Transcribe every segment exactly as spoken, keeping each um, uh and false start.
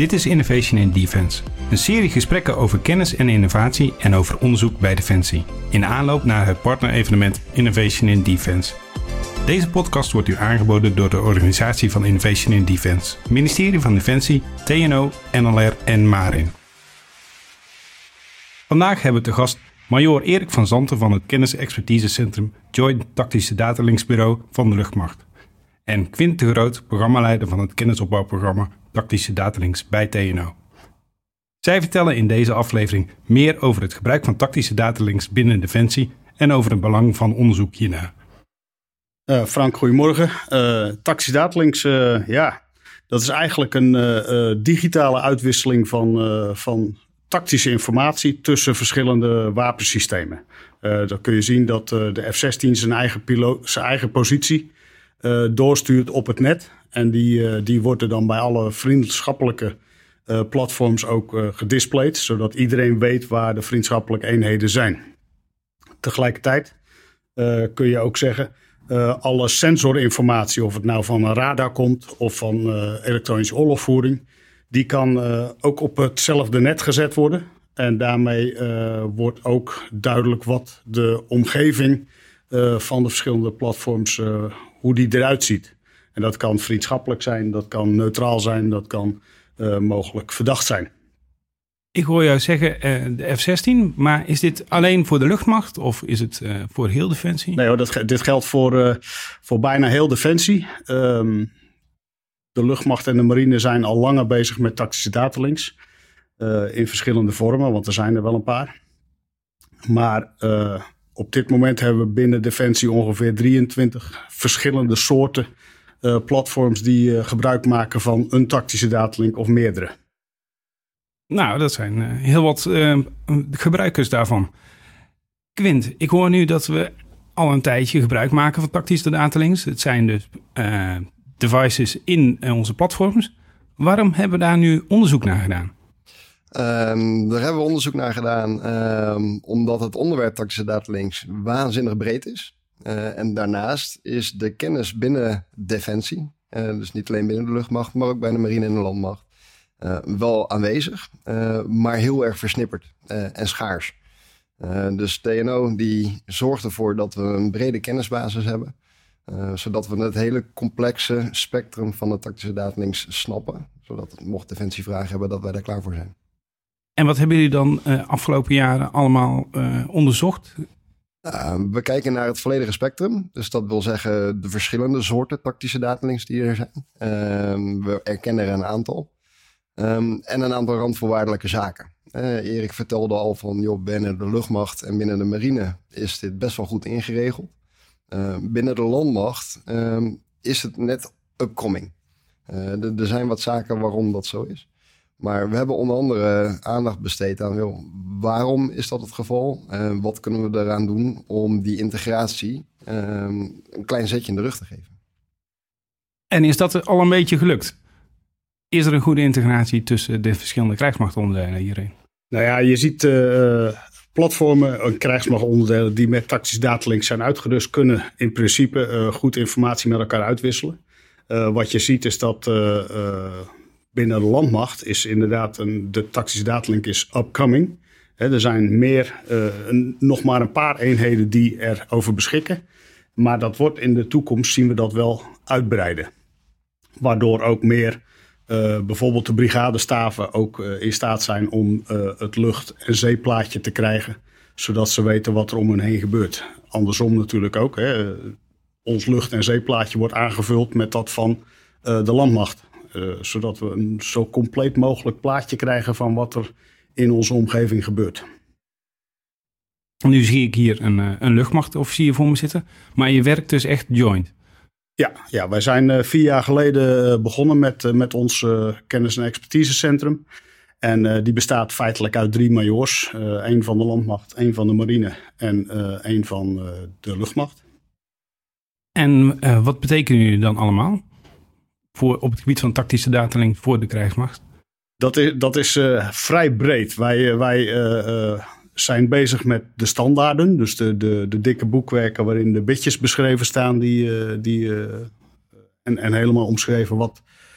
Dit is Innovation in Defense, een serie gesprekken over kennis en innovatie en over onderzoek bij Defensie, in aanloop naar het partnerevenement Innovation in Defense. Deze podcast wordt u aangeboden door de Organisatie van Innovation in Defense, Ministerie van Defensie, T N O, N L R en Marin. Vandaag hebben we te gast Majoor Erik van Zanten van het Kennis-Expertisecentrum Joint Tactische Datalinksbureau van de Luchtmacht en Quint de Groot, programmaleider van het kennisopbouwprogramma Tactische Datalinks bij T N O. Zij vertellen in deze aflevering meer over het gebruik van tactische datalinks binnen Defensie en over het belang van onderzoek hiernaar. Uh, Frank, goedemorgen. Uh, tactische datalinks, uh, ja, dat is eigenlijk een uh, uh, digitale uitwisseling van, uh, van tactische informatie tussen verschillende wapensystemen. Uh, dan kun je zien dat uh, de F zestien zijn eigen, piloot, zijn eigen positie uh, doorstuurt op het net. En die, uh, die worden dan bij alle vriendschappelijke uh, platforms ook uh, gedisplayed, zodat iedereen weet waar de vriendschappelijke eenheden zijn. Tegelijkertijd uh, kun je ook zeggen, uh, alle sensorinformatie, of het nou van een radar komt of van uh, elektronische oorlogvoering, die kan uh, ook op hetzelfde net gezet worden. En daarmee uh, wordt ook duidelijk wat de omgeving uh, van de verschillende platforms, uh, hoe die eruit ziet. En dat kan vriendschappelijk zijn, dat kan neutraal zijn, dat kan uh, mogelijk verdacht zijn. Ik hoor jou zeggen uh, de F zestien, maar is dit alleen voor de luchtmacht of is het uh, voor heel Defensie? Nee hoor, dat, dit geldt voor, uh, voor bijna heel Defensie. Um, de luchtmacht en de marine zijn al langer bezig met tactische datalinks. Uh, in verschillende vormen, want er zijn er wel een paar. Maar uh, op dit moment hebben we binnen Defensie ongeveer drieëntwintig verschillende soorten uh, platforms die uh, gebruik maken van een tactische datalink of meerdere. Nou, dat zijn uh, heel wat uh, gebruikers daarvan. Quint, ik hoor nu dat we al een tijdje gebruik maken van tactische datalinks. Het zijn dus uh, devices in uh, onze platforms. Waarom hebben we daar nu onderzoek naar gedaan? Um, daar hebben we onderzoek naar gedaan um, omdat het onderwerp tactische datalinks waanzinnig breed is. Uh, en daarnaast is de kennis binnen Defensie, uh, dus niet alleen binnen de luchtmacht, maar ook bij de marine en de landmacht, uh, wel aanwezig, uh, maar heel erg versnipperd uh, en schaars. Uh, dus T N O die zorgt ervoor dat we een brede kennisbasis hebben, uh, zodat we het hele complexe spectrum van de tactische datalinks snappen, zodat mocht Defensie vragen hebben dat wij daar klaar voor zijn. En wat hebben jullie dan uh, afgelopen jaren allemaal uh, onderzocht? Uh, we kijken naar het volledige spectrum. Dus dat wil zeggen de verschillende soorten tactische datalinks die er zijn. Uh, we erkennen er een aantal. Um, en een aantal randvoorwaardelijke zaken. Uh, Erik vertelde al van, joh, binnen de luchtmacht en binnen de marine is dit best wel goed ingeregeld. Uh, binnen de landmacht um, is het net upcoming. Uh, er zijn wat zaken waarom dat zo is. Maar we hebben onder andere aandacht besteed aan, joh, waarom is dat het geval? Uh, wat kunnen we eraan doen om die integratie uh, een klein zetje in de rug te geven? En is dat al een beetje gelukt? Is er een goede integratie tussen de verschillende krijgsmachtonderdelen hierin? Nou ja, je ziet uh, platformen en krijgsmachtonderdelen die met tactische datalinks zijn uitgerust, kunnen in principe uh, goed informatie met elkaar uitwisselen. Uh, wat je ziet is dat Uh, uh, binnen de landmacht is inderdaad een, de tactische datalink is upcoming. He, er zijn meer, uh, een, nog maar een paar eenheden die erover beschikken. Maar dat wordt in de toekomst, zien we dat wel uitbreiden. Waardoor ook meer, uh, bijvoorbeeld de brigadestaven ook uh, in staat zijn om uh, het lucht- en zeeplaatje te krijgen. Zodat ze weten wat er om hen heen gebeurt. Andersom natuurlijk ook. Hè. Ons lucht- en zeeplaatje wordt aangevuld met dat van uh, de landmacht. Uh, zodat we een zo compleet mogelijk plaatje krijgen van wat er in onze omgeving gebeurt. Nu zie ik hier een, uh, een luchtmachtofficier voor me zitten, maar je werkt dus echt joint. Ja, ja wij zijn uh, vier jaar geleden uh, begonnen met, uh, met ons uh, kennis- en expertisecentrum. En uh, die bestaat feitelijk uit drie majoors. Uh, één van de landmacht, één van de marine en uh, één van uh, de luchtmacht. En uh, wat betekenen jullie dan allemaal? Voor, op het gebied van tactische datalink voor de krijgsmacht? Dat is, dat is uh, vrij breed. Wij, wij uh, uh, zijn bezig met de standaarden. Dus de, de, de dikke boekwerken waarin de bitjes beschreven staan. Die, uh, die, uh, en, en helemaal omschreven wat,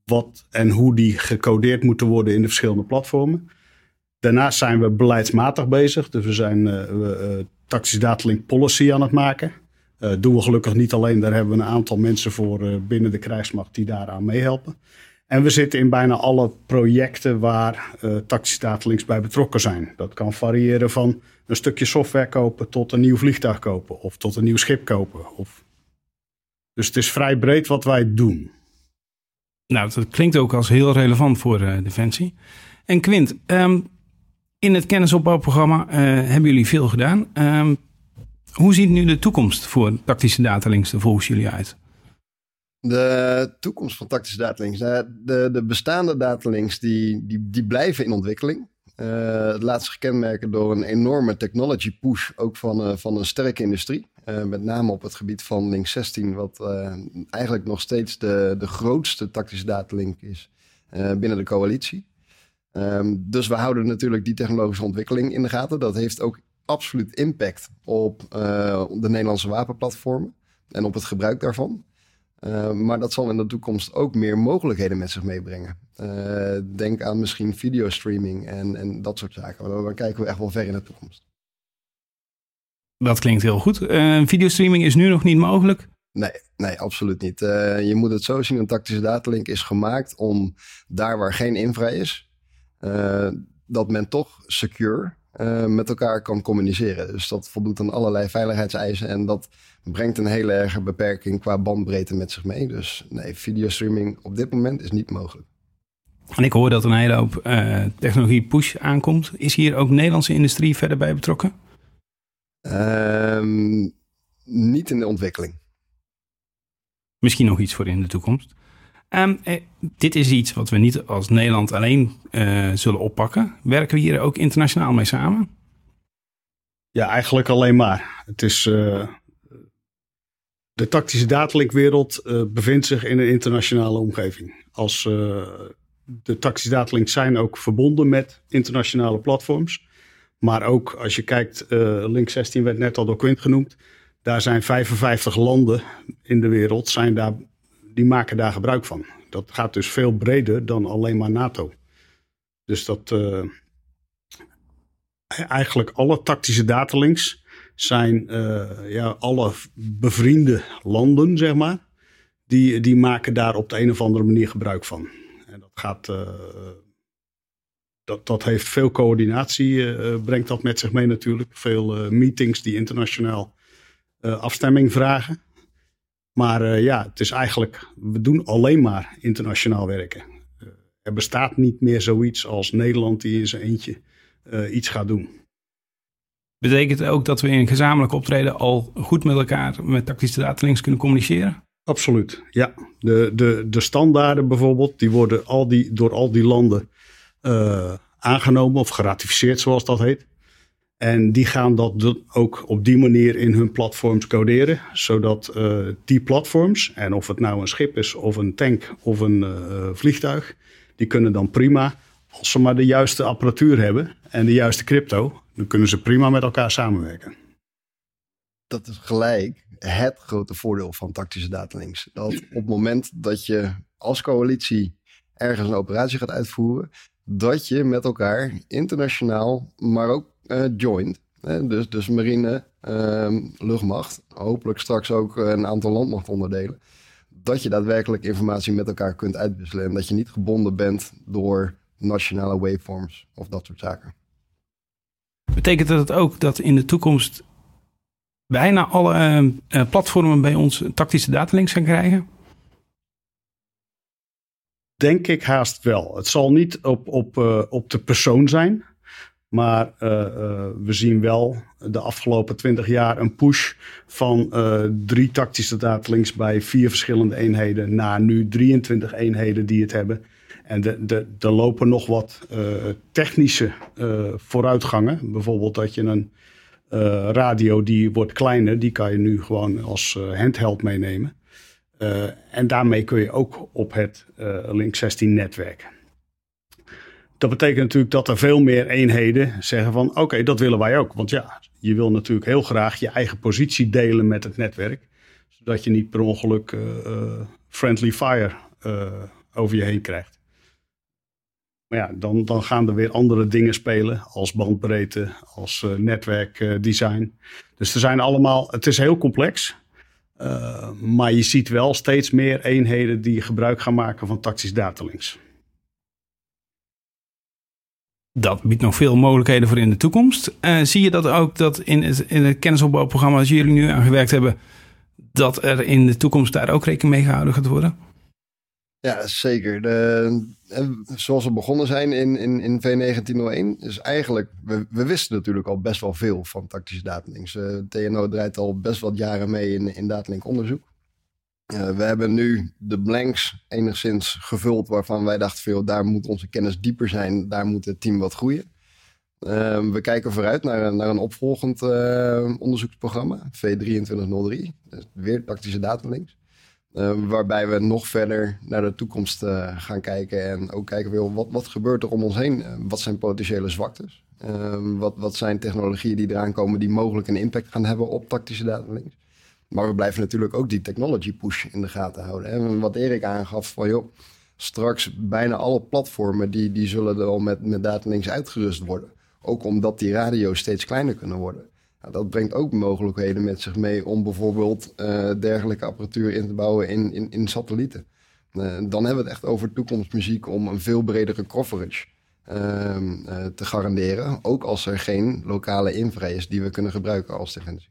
wat en hoe die gecodeerd moeten worden in de verschillende platformen. Daarnaast zijn we beleidsmatig bezig. Dus we zijn uh, uh, tactische datalink policy aan het maken. Uh, doen we gelukkig niet alleen. Daar hebben we een aantal mensen voor uh, binnen de krijgsmacht die daaraan meehelpen. En we zitten in bijna alle projecten waar uh, tactische datalinks bij betrokken zijn. Dat kan variëren van een stukje software kopen tot een nieuw vliegtuig kopen. Of tot een nieuw schip kopen. Of... Dus het is vrij breed wat wij doen. Nou, dat klinkt ook als heel relevant voor uh, Defensie. En Quint, um, in het kennisopbouwprogramma uh, hebben jullie veel gedaan. Um, hoe ziet nu de toekomst voor tactische datalinks er volgens jullie uit? De toekomst van tactische datalinks. De, de bestaande datalinks die, die, die blijven in ontwikkeling. Uh, het laat zich kenmerken door een enorme technology push, ook van, uh, van een sterke industrie. Uh, met name op het gebied van Link zestien, wat uh, eigenlijk nog steeds de, de grootste tactische datalink is uh, binnen de coalitie. Um, dus we houden natuurlijk die technologische ontwikkeling in de gaten. Dat heeft ook absoluut impact op uh, de Nederlandse wapenplatformen en op het gebruik daarvan. Uh, maar dat zal in de toekomst ook meer mogelijkheden met zich meebrengen. Uh, denk aan misschien videostreaming en, en dat soort zaken. Maar dan kijken we echt wel ver in de toekomst. Dat klinkt heel goed. Uh, videostreaming is nu nog niet mogelijk? Nee, nee, absoluut niet. Uh, je moet het zo zien, een tactische datalink is gemaakt om daar waar geen infra is, uh, dat men toch secure uh, met elkaar kan communiceren. Dus dat voldoet aan allerlei veiligheidseisen en dat brengt een hele erge beperking qua bandbreedte met zich mee. Dus nee, videostreaming op dit moment is niet mogelijk. En ik hoor dat er een hele hoop uh, technologie push aankomt. Is hier ook Nederlandse industrie verder bij betrokken? Um, niet in de ontwikkeling. Misschien nog iets voor in de toekomst. Um, eh, dit is iets wat we niet als Nederland alleen uh, zullen oppakken. Werken we hier ook internationaal mee samen? Ja, eigenlijk alleen maar. Het is... Uh... De tactische datalinkswereld uh, bevindt zich in een internationale omgeving. Als uh, de tactische datalinks zijn ook verbonden met internationale platforms. Maar ook als je kijkt, uh, Link zestien werd net al door Quint genoemd. Daar zijn vijfenvijftig landen in de wereld, zijn daar, die maken daar gebruik van. Dat gaat dus veel breder dan alleen maar NATO. Dus dat uh, eigenlijk alle tactische datalinks zijn uh, ja, alle bevriende landen, zeg maar. Die, die maken daar op de een of andere manier gebruik van. En dat gaat... Uh, dat, dat heeft veel coördinatie, uh, brengt dat met zich mee natuurlijk. Veel uh, meetings die internationaal uh, afstemming vragen. Maar uh, ja, het is eigenlijk... We doen alleen maar internationaal werken. Uh, er bestaat niet meer zoiets als Nederland die in zijn eentje uh, iets gaat doen. Betekent het ook dat we in een gezamenlijk optreden al goed met elkaar met tactische datalinks kunnen communiceren? Absoluut, ja. De, de, de standaarden bijvoorbeeld, die worden al die, door al die landen uh, aangenomen of geratificeerd, zoals dat heet. En die gaan dat ook op die manier in hun platforms coderen, zodat uh, die platforms, en of het nou een schip is of een tank of een uh, vliegtuig, die kunnen dan prima, als ze maar de juiste apparatuur hebben en de juiste crypto, dan kunnen ze prima met elkaar samenwerken. Dat is gelijk het grote voordeel van tactische datalinks. Dat op het moment dat je als coalitie ergens een operatie gaat uitvoeren, dat je met elkaar internationaal, maar ook uh, joint, hè, dus, dus marine, uh, luchtmacht, hopelijk straks ook een aantal landmachtonderdelen, dat je daadwerkelijk informatie met elkaar kunt uitwisselen en dat je niet gebonden bent door nationale waveforms of dat soort zaken. Betekent dat het ook dat in de toekomst bijna alle uh, platformen bij ons tactische datalinks gaan krijgen? Denk ik haast wel. Het zal niet op, op, uh, op de persoon zijn. Maar uh, uh, we zien wel de afgelopen twintig jaar een push van uh, drie tactische datalinks bij vier verschillende eenheden naar nu drieëntwintig eenheden die het hebben. En de, de, er lopen nog wat uh, technische uh, vooruitgangen. Bijvoorbeeld dat je een uh, radio die wordt kleiner, die kan je nu gewoon als uh, handheld meenemen. Uh, en daarmee kun je ook op het uh, Link zestien netwerk. Dat betekent natuurlijk dat er veel meer eenheden zeggen van oké, okay, dat willen wij ook. Want ja, je wil natuurlijk heel graag je eigen positie delen met het netwerk. Zodat je niet per ongeluk uh, uh, friendly fire uh, over je heen krijgt. Maar ja, dan, dan gaan er weer andere dingen spelen als bandbreedte, als uh, netwerkdesign. Uh, dus er zijn allemaal, het is heel complex. Uh, maar je ziet wel steeds meer eenheden die gebruik gaan maken van tactische datalinks. Dat biedt nog veel mogelijkheden voor in de toekomst. Uh, zie je dat ook dat in het, in het kennisopbouwprogramma als jullie nu aan gewerkt hebben, dat er in de toekomst daar ook rekening mee gehouden gaat worden? Ja, zeker. De, zoals we begonnen zijn in, in, in V negentien nul één, is eigenlijk, we, we wisten natuurlijk al best wel veel van tactische datalinks. Uh, T N O draait al best wat jaren mee in, in datalink onderzoek. Uh, we hebben nu de blanks enigszins gevuld waarvan wij dachten veel, daar moet onze kennis dieper zijn, daar moet het team wat groeien. Uh, we kijken vooruit naar, naar een opvolgend uh, onderzoeksprogramma, V drieëntwintig nul drie, dus weer tactische datalinks. Uh, waarbij we nog verder naar de toekomst uh, gaan kijken en ook kijken wil, wat, wat gebeurt er om ons heen? Uh, wat zijn potentiële zwaktes? Uh, wat, wat zijn technologieën die eraan komen die mogelijk een impact gaan hebben op tactische datalinks? Maar we blijven natuurlijk ook die technology push in de gaten houden. Hè? Wat Erik aangaf van joh, straks bijna alle platformen die, die zullen er al met, met datalinks uitgerust worden. Ook omdat die radio's steeds kleiner kunnen worden. Nou, dat brengt ook mogelijkheden met zich mee om bijvoorbeeld uh, dergelijke apparatuur in te bouwen in, in, in satellieten. Uh, dan hebben we het echt over toekomstmuziek om een veel bredere coverage uh, uh, te garanderen. Ook als er geen lokale infra is die we kunnen gebruiken als defensie.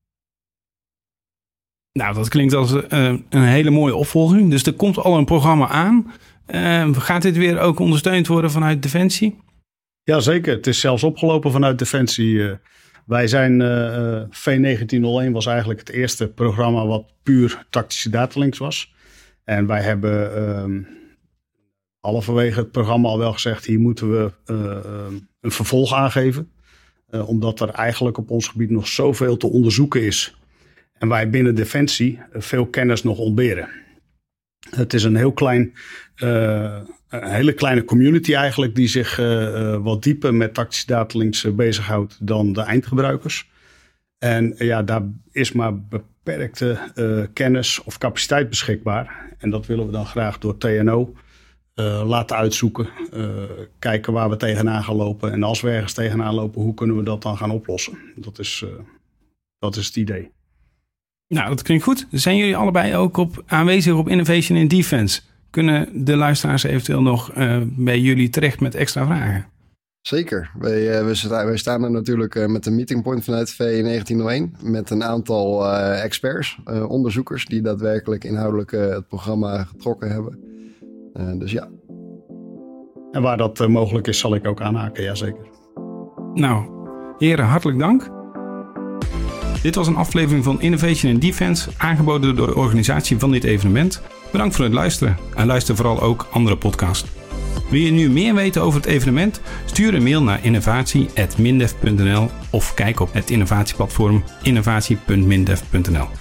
Nou, dat klinkt als uh, een hele mooie opvolging. Dus er komt al een programma aan. Uh, gaat dit weer ook ondersteund worden vanuit Defensie? Jazeker, het is zelfs opgelopen vanuit Defensie. Uh, wij zijn, uh, V negentien nul één was eigenlijk het eerste programma wat puur tactische datalinks was. En wij hebben uh, halverwege het programma al wel gezegd, hier moeten we uh, een vervolg aangeven. Uh, omdat er eigenlijk op ons gebied nog zoveel te onderzoeken is. En wij binnen Defensie veel kennis nog ontberen. Het is een heel klein, uh, een hele kleine community eigenlijk die zich uh, wat dieper met tactische datalinks uh, bezighoudt dan de eindgebruikers. En uh, ja, daar is maar beperkte uh, kennis of capaciteit beschikbaar. En dat willen we dan graag door T N O uh, laten uitzoeken. Uh, kijken waar we tegenaan gaan lopen. En als we ergens tegenaan lopen, hoe kunnen we dat dan gaan oplossen? Dat is, uh, dat is het idee. Nou, dat klinkt goed. Zijn jullie allebei ook op aanwezig op Innovation in Defense? Kunnen de luisteraars eventueel nog uh, bij jullie terecht met extra vragen? Zeker. Wij, uh, wij, staan, wij staan er natuurlijk uh, met een meetingpoint vanuit V negentien nul één. Met een aantal uh, experts, uh, onderzoekers die daadwerkelijk inhoudelijk uh, het programma getrokken hebben. Uh, dus ja. En waar dat uh, mogelijk is, zal ik ook aanhaken, jazeker. Nou, heren, hartelijk dank. Dit was een aflevering van Innovation in Defense, aangeboden door de organisatie van dit evenement. Bedankt voor het luisteren en luister vooral ook andere podcasts. Wil je nu meer weten over het evenement? Stuur een mail naar innovatie punt mindef punt n l of kijk op het innovatieplatform innovatie punt mindef punt n l.